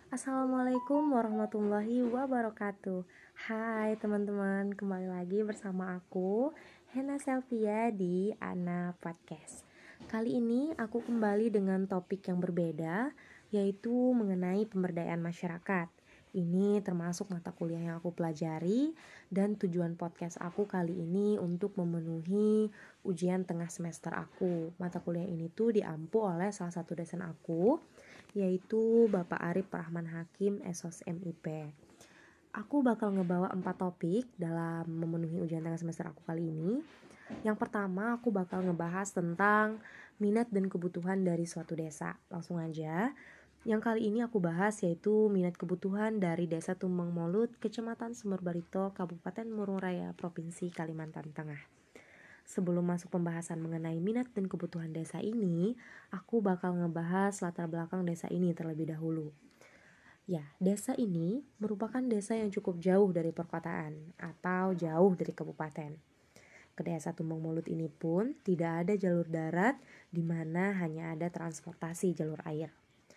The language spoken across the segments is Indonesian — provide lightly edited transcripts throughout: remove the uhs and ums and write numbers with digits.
Assalamualaikum warahmatullahi wabarakatuh. Hai teman-teman, kembali lagi bersama aku Hena Selvia di Ana Podcast. Kali ini aku kembali dengan topik yang berbeda, yaitu mengenai pemberdayaan masyarakat. Ini termasuk mata kuliah yang aku pelajari, dan tujuan podcast aku kali ini untuk memenuhi ujian tengah semester aku. Mata kuliah ini tuh diampu oleh salah satu dosen aku, yaitu Bapak Arif Rahman Hakim, SOS MIP. Aku bakal ngebawa 4 topik dalam memenuhi ujian tengah semester aku kali ini. Yang pertama, aku bakal ngebahas tentang minat dan kebutuhan dari suatu desa. Langsung aja. Yang kali ini aku bahas yaitu minat kebutuhan dari Desa Tumbang Molut, Kecamatan Sumber Barito, Kabupaten Murung Raya, Provinsi Kalimantan Tengah. Sebelum masuk pembahasan mengenai minat dan kebutuhan desa ini, aku bakal ngebahas latar belakang desa ini terlebih dahulu. Ya, desa ini merupakan desa yang cukup jauh dari perkotaan atau jauh dari kabupaten. Ke desa Tumbang Mulut ini pun tidak ada jalur darat, di mana hanya ada transportasi jalur air.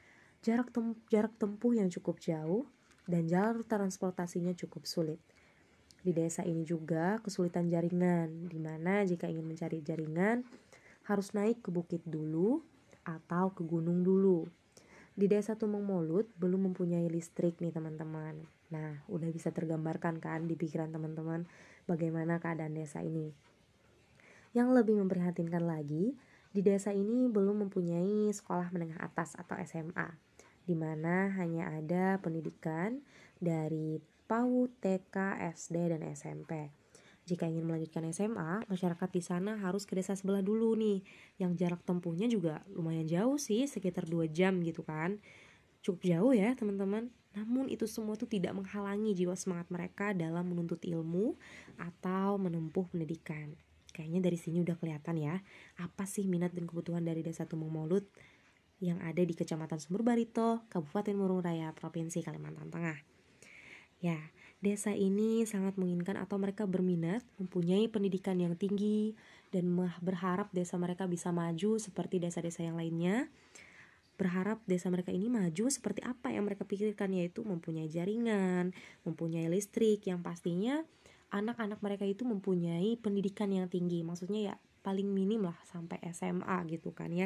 Jarak tempuh yang cukup jauh dan jalur transportasinya cukup sulit. Di desa ini juga kesulitan jaringan, di mana jika ingin mencari jaringan harus naik ke bukit dulu atau ke gunung dulu. Di desa Tumbang Molut belum mempunyai listrik nih teman-teman. Nah, udah bisa tergambarkan kan di pikiran teman-teman bagaimana keadaan desa ini. Yang lebih memprihatinkan lagi, di desa ini belum mempunyai sekolah menengah atas atau SMA, di mana hanya ada pendidikan dari PAUD, TK, SD, dan SMP. Jika ingin melanjutkan SMA, masyarakat di sana harus ke desa sebelah dulu nih, yang jarak tempuhnya juga lumayan jauh sih, sekitar 2 jam gitu kan. Cukup jauh ya teman-teman. Namun itu semua tuh tidak menghalangi jiwa semangat mereka dalam menuntut ilmu atau menempuh pendidikan. Kayaknya dari sini udah kelihatan ya, apa sih minat dan kebutuhan dari Desa Tumbang Molut yang ada di Kecamatan Sumber Barito, Kabupaten Murung Raya, Provinsi Kalimantan Tengah. Ya, desa ini sangat menginginkan atau mereka berminat mempunyai pendidikan yang tinggi dan berharap desa mereka bisa maju seperti desa-desa yang lainnya. Berharap desa mereka ini maju seperti apa yang mereka pikirkan, yaitu mempunyai jaringan, mempunyai listrik, yang pastinya anak-anak mereka itu mempunyai pendidikan yang tinggi. Maksudnya ya paling minim lah sampai SMA gitu kan ya.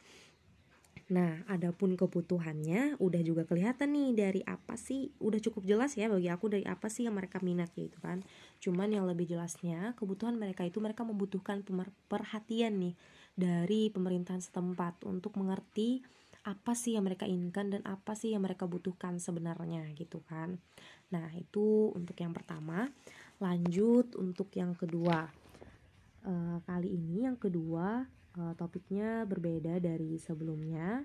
Nah, adapun kebutuhannya udah juga kelihatan nih dari apa sih, udah cukup jelas ya bagi aku dari apa sih yang mereka minat gitu kan. Cuman yang lebih jelasnya, kebutuhan mereka itu mereka membutuhkan perhatian nih dari pemerintahan setempat untuk mengerti apa sih yang mereka inginkan dan apa sih yang mereka butuhkan sebenarnya gitu kan. Nah, itu untuk yang pertama. Lanjut untuk yang kedua. Kali ini yang kedua, topiknya berbeda dari sebelumnya.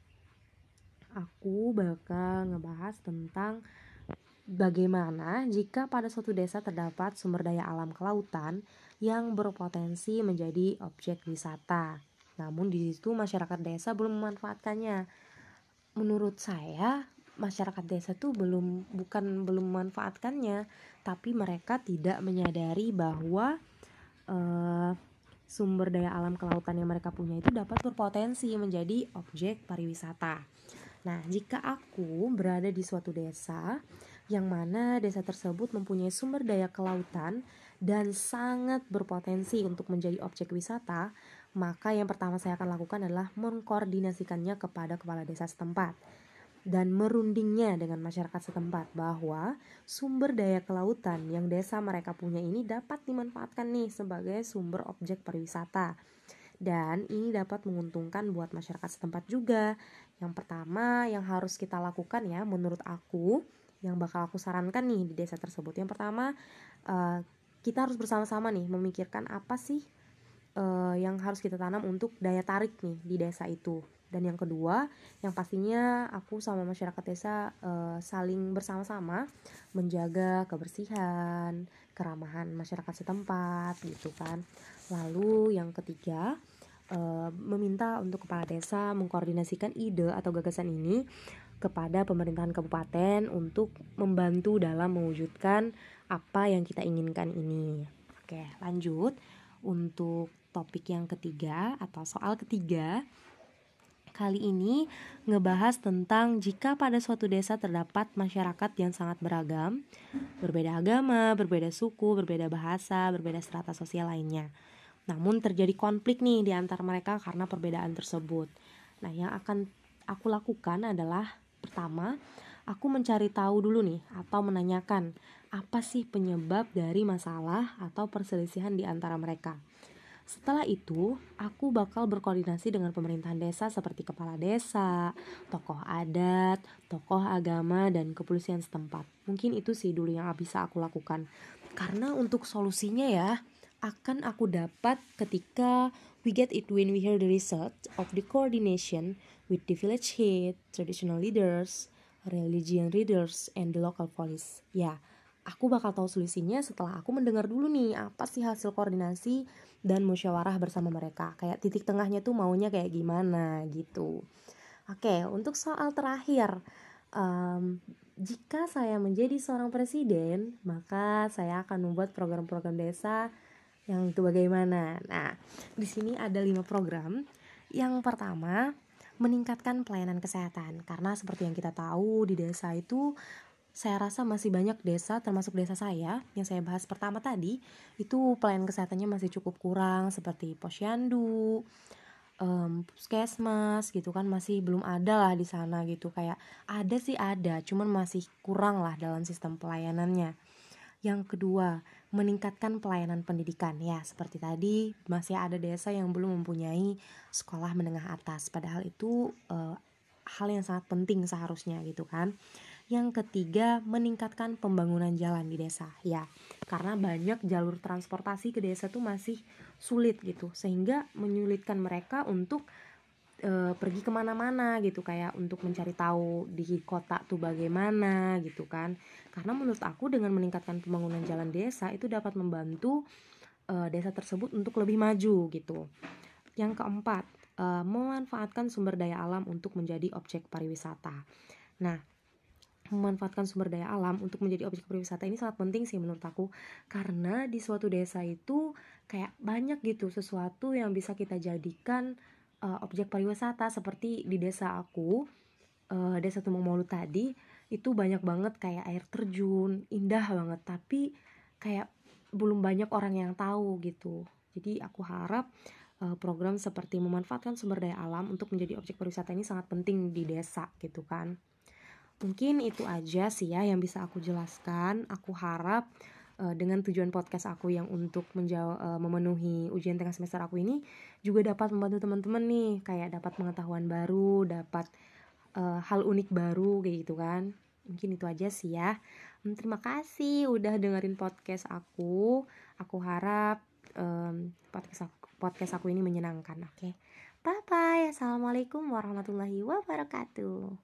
Aku bakal ngebahas tentang bagaimana jika pada suatu desa terdapat sumber daya alam kelautan yang berpotensi menjadi objek wisata. Namun di situ masyarakat desa belum memanfaatkannya. Menurut saya, masyarakat desa tuh belum memanfaatkannya, tapi mereka tidak menyadari bahwa sumber daya alam kelautan yang mereka punya itu dapat berpotensi menjadi objek pariwisata. Nah, jika aku berada di suatu desa yang mana desa tersebut mempunyai sumber daya kelautan dan sangat berpotensi untuk menjadi objek wisata, maka yang pertama saya akan lakukan adalah mengkoordinasikannya kepada kepala desa setempat dan merundingnya dengan masyarakat setempat bahwa sumber daya kelautan yang desa mereka punya ini dapat dimanfaatkan nih sebagai sumber objek pariwisata. Dan ini dapat menguntungkan buat masyarakat setempat juga. Yang pertama yang harus kita lakukan ya menurut aku, yang bakal aku sarankan nih di desa tersebut. Yang pertama, kita harus bersama-sama nih memikirkan apa sih yang harus kita tanam untuk daya tarik nih di desa itu. Dan yang kedua, yang pastinya aku sama masyarakat desa saling bersama-sama menjaga kebersihan, keramahan masyarakat setempat gitu kan. Lalu yang ketiga, meminta untuk kepala desa mengkoordinasikan ide atau gagasan ini kepada pemerintahan kabupaten untuk membantu dalam mewujudkan apa yang kita inginkan ini. Oke, lanjut untuk topik yang ketiga atau soal ketiga. Kali ini ngebahas tentang jika pada suatu desa terdapat masyarakat yang sangat beragam, berbeda agama, berbeda suku, berbeda bahasa, berbeda strata sosial lainnya. Namun terjadi konflik nih di antara mereka karena perbedaan tersebut. Nah, yang akan aku lakukan adalah pertama, aku mencari tahu dulu nih atau menanyakan apa sih penyebab dari masalah atau perselisihan di antara mereka. Setelah itu, aku bakal berkoordinasi dengan pemerintahan desa seperti kepala desa, tokoh adat, tokoh agama, dan kepolisian setempat. Mungkin itu sih dulu yang bisa aku lakukan. Karena untuk solusinya ya, akan aku dapat ketika we get it when we hear the result of the coordination with the village head, traditional leaders, religion leaders, and the local police. Ya, aku bakal tahu solusinya setelah aku mendengar dulu nih apa sih hasil koordinasi dan musyawarah bersama mereka. Kayak titik tengahnya tuh maunya kayak gimana gitu. Oke, untuk soal terakhir, jika saya menjadi seorang presiden, maka saya akan membuat program-program desa yang itu bagaimana. Nah, di sini ada 5 program. Yang pertama, meningkatkan pelayanan kesehatan. Karena seperti yang kita tahu di desa itu, saya rasa masih banyak desa, termasuk desa saya yang saya bahas pertama tadi, itu pelayanan kesehatannya masih cukup kurang, seperti posyandu, puskesmas gitu kan, masih belum ada lah di sana gitu. Kayak ada sih ada, cuman masih kurang lah dalam sistem pelayanannya. Yang kedua, meningkatkan pelayanan pendidikan. Ya, seperti tadi masih ada desa yang belum mempunyai sekolah menengah atas, padahal itu hal yang sangat penting seharusnya gitu kan. Yang ketiga, meningkatkan pembangunan jalan di desa. Ya, karena banyak jalur transportasi ke desa tuh masih sulit gitu, sehingga menyulitkan mereka untuk pergi kemana-mana gitu, kayak untuk mencari tahu di kota tuh bagaimana gitu kan. Karena menurut aku dengan meningkatkan pembangunan jalan desa itu dapat membantu desa tersebut untuk lebih maju gitu. Yang keempat, memanfaatkan sumber daya alam untuk menjadi objek pariwisata. Nah, memanfaatkan sumber daya alam untuk menjadi objek pariwisata ini sangat penting sih menurut aku, karena di suatu desa itu kayak banyak gitu sesuatu yang bisa kita jadikan objek pariwisata. Seperti di desa aku, desa Tumong Molu tadi, itu banyak banget kayak air terjun, indah banget, tapi kayak belum banyak orang yang tahu gitu. Jadi aku harap program seperti memanfaatkan sumber daya alam untuk menjadi objek pariwisata ini sangat penting di desa gitu kan. Mungkin itu aja sih ya yang bisa aku jelaskan. Aku harap dengan tujuan podcast aku yang untuk memenuhi ujian tengah semester aku ini juga dapat membantu teman-teman nih, kayak dapat pengetahuan baru, dapat hal unik baru kayak gitu kan. Mungkin itu aja sih ya. Terima kasih udah dengerin podcast aku. Aku harap podcast aku ini menyenangkan. Oke. Bye bye. Assalamualaikum warahmatullahi wabarakatuh.